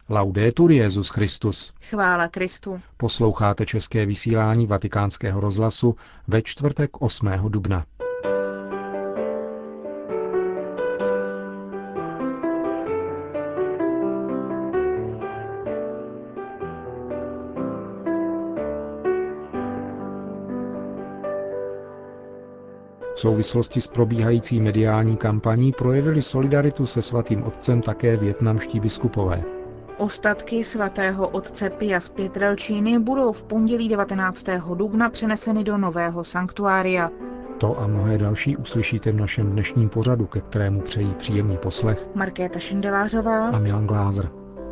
Laudetur Jesus Christus. Chvála Kristu. Posloucháte české vysílání Vatikánského rozhlasu ve čtvrtek 8. dubna. V souvislosti s probíhající mediální kampaní projevili solidaritu se svatým otcem také vietnamští biskupové. Ostatky svatého otce Pia z Pietrelciny budou v pondělí 19. dubna přeneseny do nového sanktuária. To a mnohé další uslyšíte v našem dnešním pořadu, ke kterému přejí příjemný poslech Markéta Šindelářová a Milan Glázer.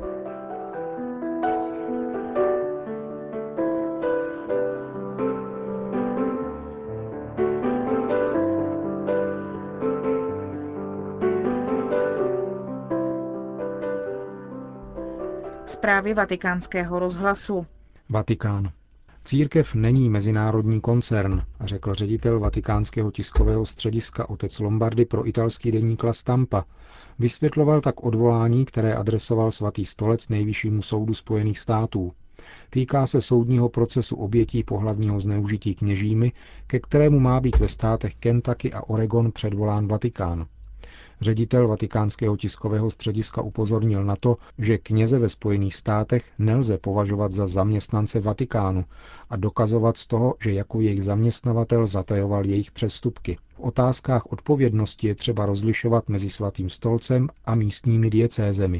Zprávy Vatikánského rozhlasu. Vatikán. Církev není mezinárodní koncern, řekl ředitel Vatikánského tiskového střediska otec Lombardy pro italský deník La Stampa. Vysvětloval tak odvolání, které adresoval svatý stolec Nejvyššímu soudu Spojených států. Týká se soudního procesu obětí pohlavního zneužití kněžími, ke kterému má být ve státech Kentucky a Oregon předvolán Vatikán. Ředitel Vatikánského tiskového střediska upozornil na to, že kněze ve Spojených státech nelze považovat za zaměstnance Vatikánu a dokazovat z toho, že jako jejich zaměstnavatel zatajoval jejich přestupky. V otázkách odpovědnosti je třeba rozlišovat mezi svatým stolcem a místními diecézemi.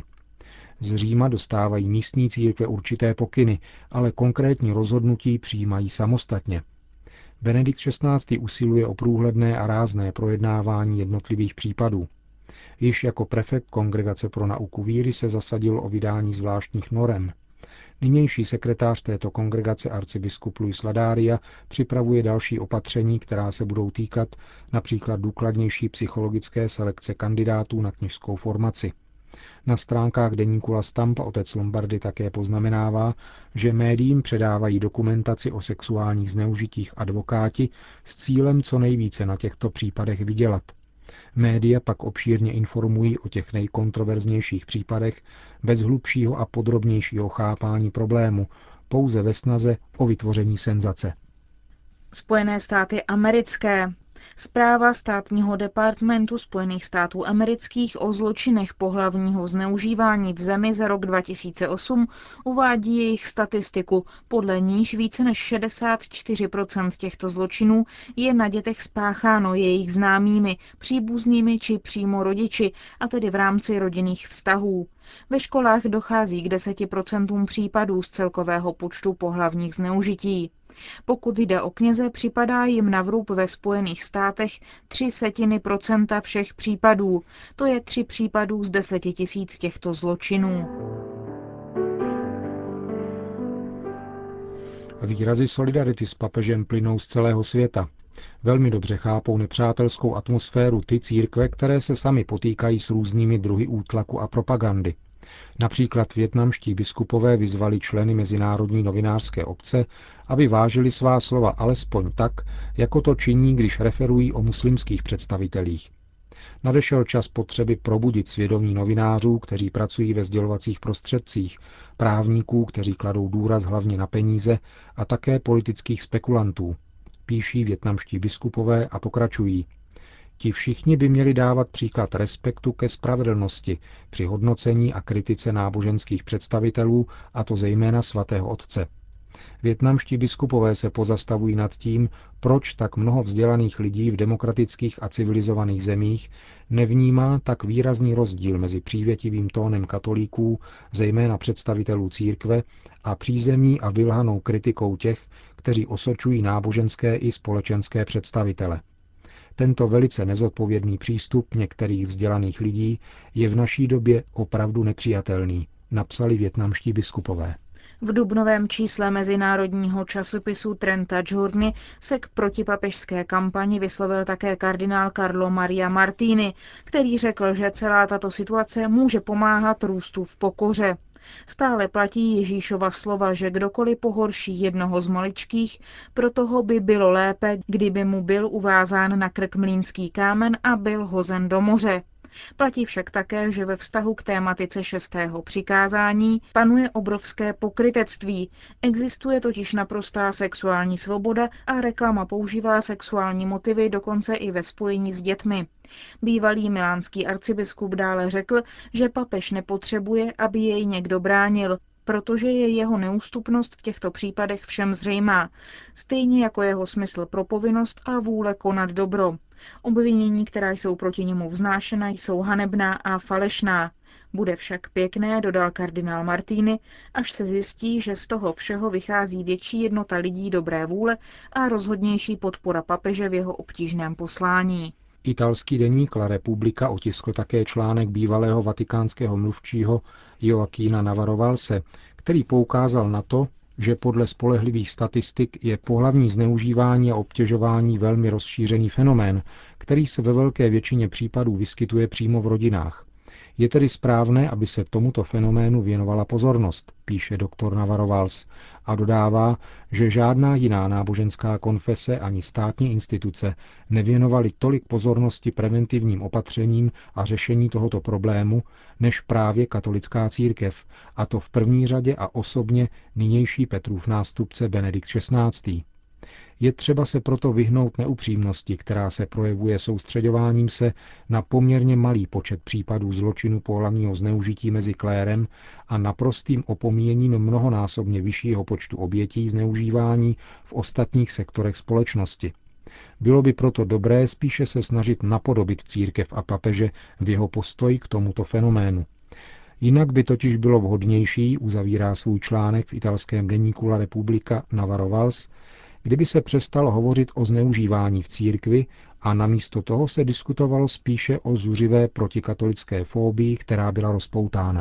Z Říma dostávají místní církve určité pokyny, ale konkrétní rozhodnutí přijímají samostatně. Benedikt XVI. Usiluje o průhledné a rázné projednávání jednotlivých případů. Již jako prefekt Kongregace pro nauku víry se zasadil o vydání zvláštních norem. Nynější sekretář této kongregace arcibiskup Luis Ladaria připravuje další opatření, která se budou týkat například důkladnější psychologické selekce kandidátů na kněžskou formaci. Na stránkách deníku La Stampa otec Lombardy také poznamenává, že médiím předávají dokumentaci o sexuálních zneužitích advokáti s cílem co nejvíce na těchto případech vydělat. Média pak obšírně informují o těch nejkontroverznějších případech bez hlubšího a podrobnějšího chápání problému, pouze ve snaze o vytvoření senzace. Spojené státy americké. Zpráva státního departmentu Spojených států amerických o zločinech pohlavního zneužívání v zemi za rok 2008 uvádí jejich statistiku, podle níž více než 64% těchto zločinů je na dětech spácháno jejich známými, příbuznými či přímo rodiči, a tedy v rámci rodinných vztahů. Ve školách dochází k 10% případů z celkového počtu pohlavních zneužití. Pokud jde o kněze, připadá jim na vrub ve Spojených státech 0,3% všech případů. To je 3 případů z 10 000 těchto zločinů. Výrazy solidarity s papežem plynou z celého světa. Velmi dobře chápou nepřátelskou atmosféru ty církve, které se sami potýkají s různými druhy útlaku a propagandy. Například vietnamští biskupové vyzvali členy Mezinárodní novinářské obce, aby vážili svá slova alespoň tak, jako to činí, když referují o muslimských představitelích. Nadešel čas potřeby probudit svědomí novinářů, kteří pracují ve sdělovacích prostředcích, právníků, kteří kladou důraz hlavně na peníze, a také politických spekulantů, píší vietnamští biskupové a pokračují. Ti všichni by měli dávat příklad respektu ke spravedlnosti při hodnocení a kritice náboženských představitelů, a to zejména svatého otce. Vietnamští biskupové se pozastavují nad tím, proč tak mnoho vzdělaných lidí v demokratických a civilizovaných zemích nevnímá tak výrazný rozdíl mezi přívětivým tónem katolíků, zejména představitelů církve, a přízemní a vylhanou kritikou těch, kteří osočují náboženské i společenské představitele. Tento velice nezodpovědný přístup některých vzdělaných lidí je v naší době opravdu nepřijatelný, napsali vietnamští biskupové. V dubnovém čísle mezinárodního časopisu Trenta Giorni se k protipapežské kampani vyslovil také kardinál Carlo Maria Martini, který řekl, že celá tato situace může pomáhat růstu v pokoře. Stále platí Ježíšova slova, že kdokoliv pohorší jednoho z maličkých, pro toho by bylo lépe, kdyby mu byl uvázán na krk mlýnský kámen a byl hozen do moře. Platí však také, že ve vztahu k tématice 6. přikázání panuje obrovské pokrytectví. Existuje totiž naprostá sexuální svoboda a reklama používá sexuální motivy dokonce i ve spojení s dětmi. Bývalý milánský arcibiskup dále řekl, že papež nepotřebuje, aby jej někdo bránil, protože je jeho neústupnost v těchto případech všem zřejmá, stejně jako jeho smysl pro povinnost a vůle konat dobro. Obvinění, která jsou proti němu vznášena, jsou hanebná a falešná. Bude však pěkné, dodal kardinál Martini, až se zjistí, že z toho všeho vychází větší jednota lidí dobré vůle a rozhodnější podpora papeže v jeho obtížném poslání. Italský deník La Repubblica otiskl také článek bývalého vatikánského mluvčího Joaquina Navarro Valse, který poukázal na to, že podle spolehlivých statistik je pohlavní zneužívání a obtěžování velmi rozšířený fenomén, který se ve velké většině případů vyskytuje přímo v rodinách. Je tedy správné, aby se tomuto fenoménu věnovala pozornost, píše doktor Navarro Valls a dodává, že žádná jiná náboženská konfese ani státní instituce nevěnovaly tolik pozornosti preventivním opatřením a řešení tohoto problému, než právě katolická církev, a to v první řadě a osobně nynější Petrův nástupce Benedikt XVI. Je třeba se proto vyhnout neupřímnosti, která se projevuje soustřeďováním se na poměrně malý počet případů zločinu pohlavního zneužití mezi klérem a naprostým opomíjením mnohonásobně vyššího počtu obětí zneužívání v ostatních sektorech společnosti. Bylo by proto dobré spíše se snažit napodobit církev a papeže v jeho postoji k tomuto fenoménu. Jinak by totiž bylo vhodnější, uzavírá svůj článek v italském deníku La Repubblica Navarro Valls, kdyby se přestalo hovořit o zneužívání v církvi a namísto toho se diskutovalo spíše o zuřivé protikatolické fóbii, která byla rozpoutána.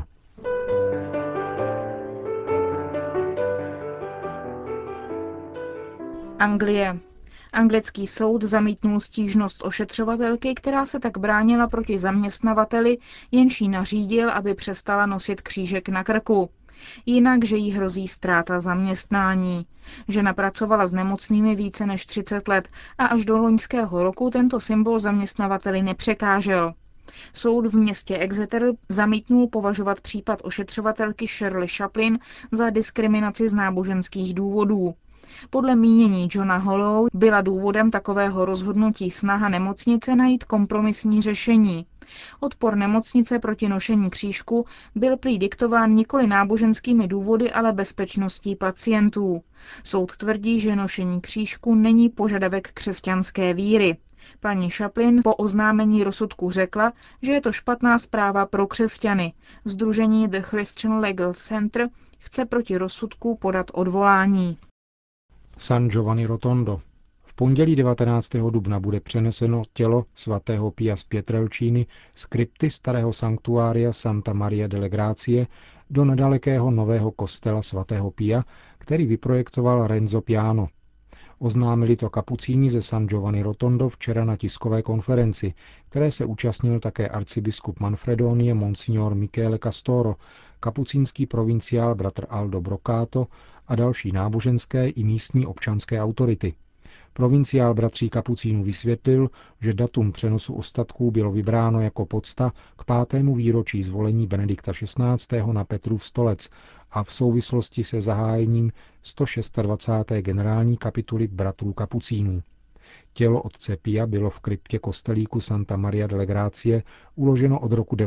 Anglie. Anglický soud zamítnul stížnost ošetřovatelky, která se tak bránila proti zaměstnavateli, jenž jí nařídil, aby přestala nosit křížek na krku. Jinak, že jí hrozí ztráta zaměstnání. Žena pracovala s nemocnými více než 30 let a až do loňského roku tento symbol zaměstnavateli nepřekážel. Soud v městě Exeter zamítnul považovat případ ošetřovatelky Shirley Chaplin za diskriminaci z náboženských důvodů. Podle mínění Johna Hollow byla důvodem takového rozhodnutí snaha nemocnice najít kompromisní řešení. Odpor nemocnice proti nošení křížku byl prý diktován nikoli náboženskými důvody, ale bezpečností pacientů. Soud tvrdí, že nošení křížku není požadavek křesťanské víry. Paní Chaplin po oznámení rozsudku řekla, že je to špatná zpráva pro křesťany. Sdružení The Christian Legal Center chce proti rozsudku podat odvolání. San Giovanni Rotondo. V pondělí 19. dubna bude přeneseno tělo svatého Pia z Pietrelciny z krypty starého sanktuária Santa Maria delle Grazie do nedalekého nového kostela svatého Pia, který vyprojektoval Renzo Piano. Oznámili to kapucíni ze San Giovanni Rotondo včera na tiskové konferenci, které se účastnil také arcibiskup Manfredonie Monsignor Michele Castoro, kapucínský provinciál bratr Aldo Brocato a další náboženské i místní občanské autority. Provinciál bratří kapucínů vysvětlil, že datum přenosu ostatků bylo vybráno jako pocta k 5. výročí zvolení Benedikta XVI. Na Petrův stolec a v souvislosti se zahájením 126. generální kapituly bratrů kapucínů. Tělo otce Pia bylo v kryptě kostelíku Santa Maria delle Grazie uloženo od roku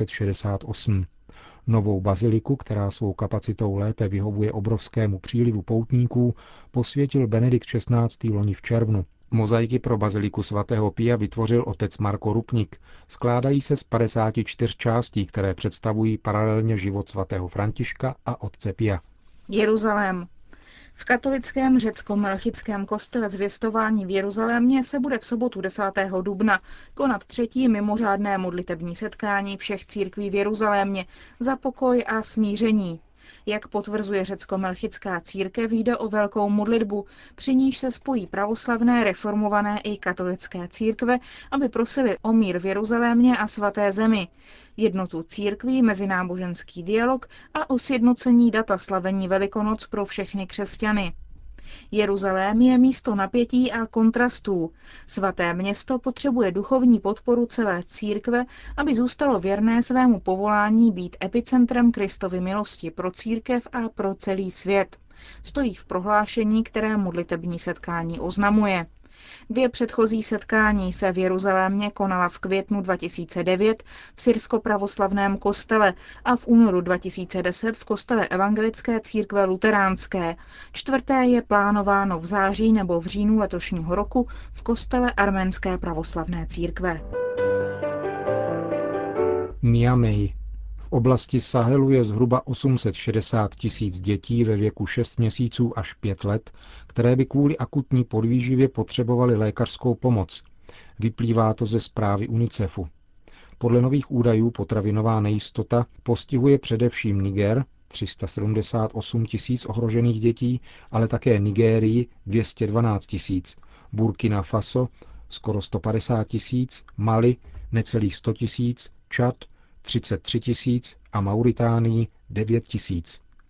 1968. Novou baziliku, která svou kapacitou lépe vyhovuje obrovskému přílivu poutníků, posvětil Benedikt XVI. Loni v červnu. Mozaiky pro baziliku svatého Pia vytvořil otec Marko Rupnik. Skládají se z 54 částí, které představují paralelně život svatého Františka a otce Pia. Jeruzalém. V katolickém řecko-melchickém kostele Zvěstování v Jeruzalémě se bude v sobotu 10. dubna konat 3. mimořádné modlitební setkání všech církví v Jeruzalémě za pokoj a smíření. Jak potvrzuje řecko-melchická církev, jde o velkou modlitbu, při níž se spojí pravoslavné, reformované i katolické církve, aby prosili o mír v Jeruzalémě a svaté zemi, jednotu církví, mezináboženský dialog a o sjednocení data slavení Velikonoc pro všechny křesťany. Jeruzalém je místo napětí a kontrastů. Svaté město potřebuje duchovní podporu celé církve, aby zůstalo věrné svému povolání být epicentrem Kristovy milosti pro církev a pro celý svět. Stojí v prohlášení, které modlitební setkání oznamuje. 2 předchozí setkání se v Jeruzalémě konala v květnu 2009 v syrsko-pravoslavném kostele a v únoru 2010 v kostele Evangelické církve luteránské. 4. je plánováno v září nebo v říjnu letošního roku v kostele Arménské pravoslavné církve. Niamey. V oblasti Sahelu je zhruba 860 000 dětí ve věku 6 měsíců až 5 let, které by kvůli akutní podvýživě potřebovaly lékařskou pomoc. Vyplývá to ze zprávy UNICEFu. Podle nových údajů potravinová nejistota postihuje především Niger, 378 000 ohrožených dětí, ale také Nigérii 212 000, Burkina Faso skoro 150 000, Mali necelých 100 000, Čad 33 000 a Mauritánii 9 000.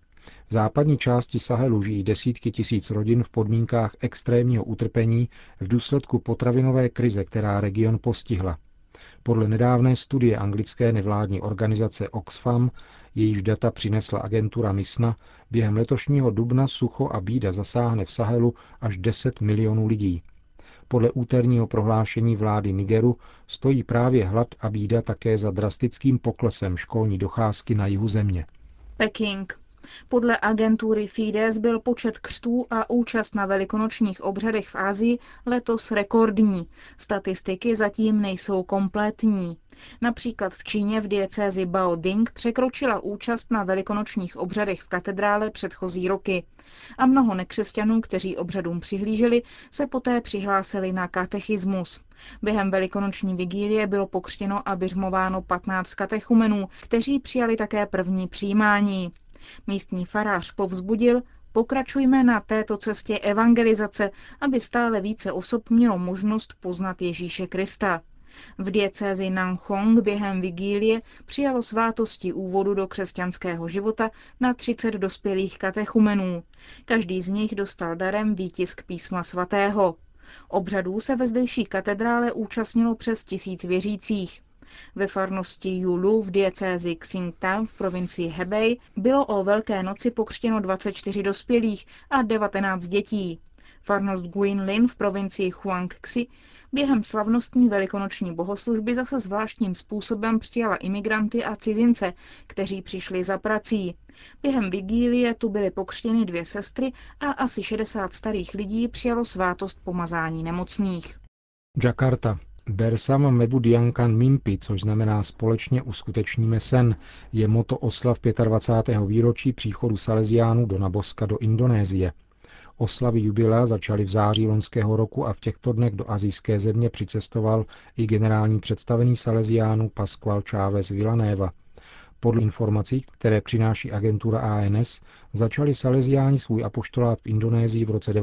V západní části Sahelu žijí desítky tisíc rodin v podmínkách extrémního utrpení v důsledku potravinové krize, která region postihla. Podle nedávné studie anglické nevládní organizace Oxfam, jejíž data přinesla agentura MISNA, během letošního dubna sucho a bída zasáhne v Sahelu až 10 milionů lidí. Podle úterního prohlášení vlády Nigeru stojí právě hlad a bída také za drastickým poklesem školní docházky na jihu země. Peking. Podle agentury Fides byl počet křtů a účast na velikonočních obřadech v Asii letos rekordní. Statistiky zatím nejsou kompletní. Například v Číně v diecézi Baoding překročila účast na velikonočních obřadech v katedrále předchozí roky. A mnoho nekřesťanů, kteří obřadům přihlíželi, se poté přihlásili na katechismus. Během velikonoční vigílie bylo pokřtěno a biřmováno 15 katechumenů, kteří přijali také první přijímání. Místní farář povzbudil: pokračujme na této cestě evangelizace, aby stále více osob mělo možnost poznat Ježíše Krista. V diecézi Nanchong během vigílie přijalo svátosti úvodu do křesťanského života na 30 dospělých katechumenů. Každý z nich dostal darem výtisk písma svatého. Obřadů se ve zdejší katedrále účastnilo přes 1000 věřících. Ve farnosti Yulu v diecézi Xingtan v provincii Hebei bylo o Velké noci pokřtěno 24 dospělých a 19 dětí. Farnost Guilin v provincii Huangxi během slavnostní velikonoční bohoslužby zase zvláštním způsobem přijala imigranty a cizince, kteří přišli za prací. Během vigílie tu byly pokřtěny 2 sestry a asi 60 starých lidí přijalo svátost pomazání nemocných. Jakarta. Bersama Mebudiankan Mimpi, což znamená společně uskutečníme sen, je motto oslav 25. výročí příchodu Salesiánů Dona Bosca do Indonésie. Oslavy jubilea začaly v září loňského roku a v těchto dnech do asijské země přicestoval i generální představený Salesiánů Pascual Chávez Villanueva. Podle informací, které přináší agentura ANS, začali Salesiáni svůj apoštolát v Indonésii v roce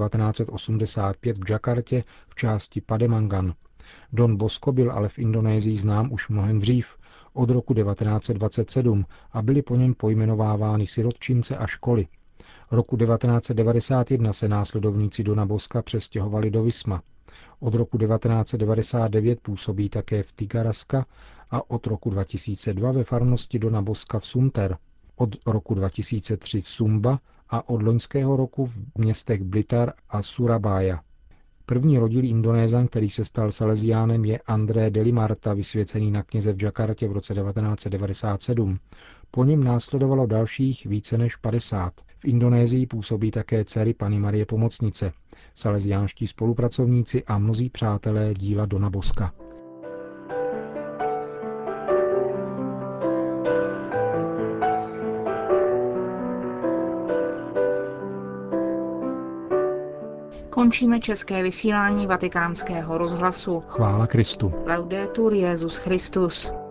1985 v Jakartě v části Pademangan. Don Bosco byl ale v Indonésii znám už mnohem dřív, od roku 1927, a byly po něm pojmenovávány sirotčince a školy. Roku 1991 se následovníci Dona Bosca přestěhovali do Visma. Od roku 1999 působí také v Tigaraska a od roku 2002 ve farnosti Dona Bosca v Sunter, od roku 2003 v Sumba a od loňského roku v městech Blitar a Surabaya. První rodilý Indonézan, který se stal Salesiánem, je André Delimarta, vysvěcený na kněze v Jakartě v roce 1997. Po něm následovalo dalších více než 50. V Indonésii působí také dcery Panny Marie Pomocnice, salesiánští spolupracovníci a mnozí přátelé díla Dona Bosca. Končíme české vysílání Vatikánského rozhlasu. Chvála Kristu. Laudetur Jesus Christus.